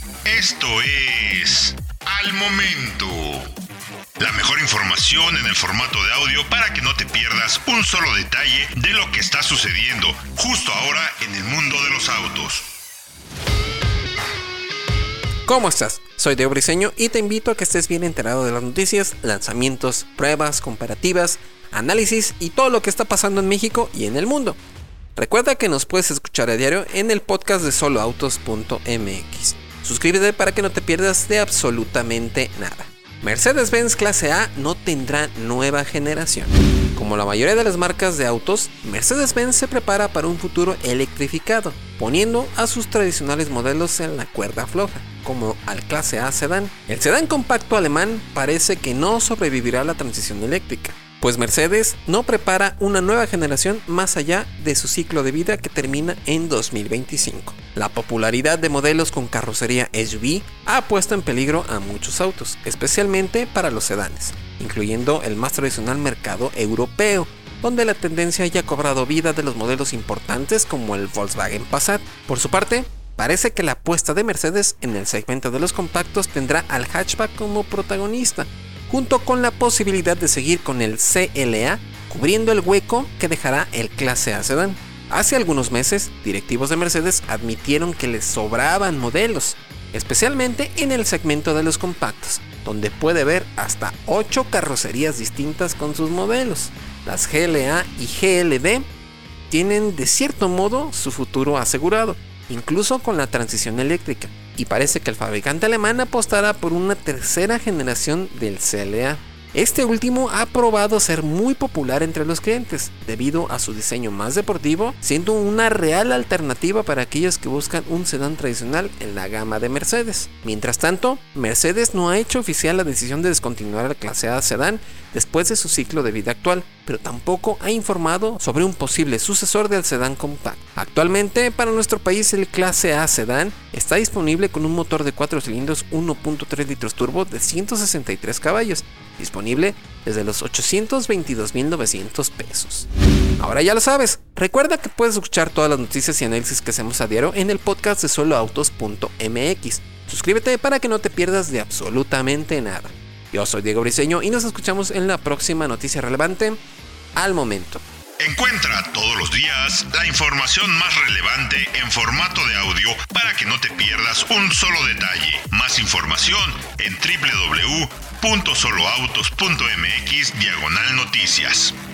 Esto es Al Momento. La mejor información en el formato de audio para que no te pierdas un solo detalle de lo que está sucediendo justo ahora en el mundo de los autos. ¿Cómo estás? Soy Diego Briseño y te invito a que estés bien enterado de las noticias, lanzamientos, pruebas, comparativas, análisis y todo lo que está pasando en México y en el mundo. Recuerda que nos puedes escuchar a diario en el podcast de soloautos.mx. Suscríbete para que no te pierdas de absolutamente nada. Mercedes-Benz Clase A no tendrá nueva generación. Como la mayoría de las marcas de autos, Mercedes-Benz se prepara para un futuro electrificado, poniendo a sus tradicionales modelos en la cuerda floja, como al Clase A sedán. El sedán compacto alemán parece que no sobrevivirá a la transición eléctrica, pues Mercedes no prepara una nueva generación más allá de su ciclo de vida que termina en 2025. La popularidad de modelos con carrocería SUV ha puesto en peligro a muchos autos, especialmente para los sedanes, incluyendo el más tradicional mercado europeo, donde la tendencia ya ha cobrado vida de los modelos importantes como el Volkswagen Passat. Por su parte, parece que la apuesta de Mercedes en el segmento de los compactos tendrá al hatchback como protagonista, junto con la posibilidad de seguir con el CLA cubriendo el hueco que dejará el Clase A sedán. Hace algunos meses, directivos de Mercedes admitieron que les sobraban modelos, especialmente en el segmento de los compactos, donde puede ver hasta 8 carrocerías distintas con sus modelos. Las GLA y GLD tienen de cierto modo su futuro asegurado, incluso con la transición eléctrica, y parece que el fabricante alemán apostará por una tercera generación del CLA. Este último ha probado ser muy popular entre los clientes, debido a su diseño más deportivo, siendo una real alternativa para aquellos que buscan un sedán tradicional en la gama de Mercedes. Mientras tanto, Mercedes no ha hecho oficial la decisión de descontinuar el Clase A sedán después de su ciclo de vida actual, pero tampoco ha informado sobre un posible sucesor del sedán compact. Actualmente, para nuestro país, el Clase A sedán está disponible con un motor de 4 cilindros 1.3 litros turbo de 163 caballos, disponible desde los 822,900 pesos. Ahora ya lo sabes, recuerda que puedes escuchar todas las noticias y análisis que hacemos a diario en el podcast de soloautos.mx. Suscríbete para que no te pierdas de absolutamente nada. Yo soy Diego Briseño y nos escuchamos en la próxima noticia relevante al momento. Encuentra todos los días la información más relevante en formato de audio para que no te pierdas un solo detalle. Más información en www.soloautos.mx/noticias.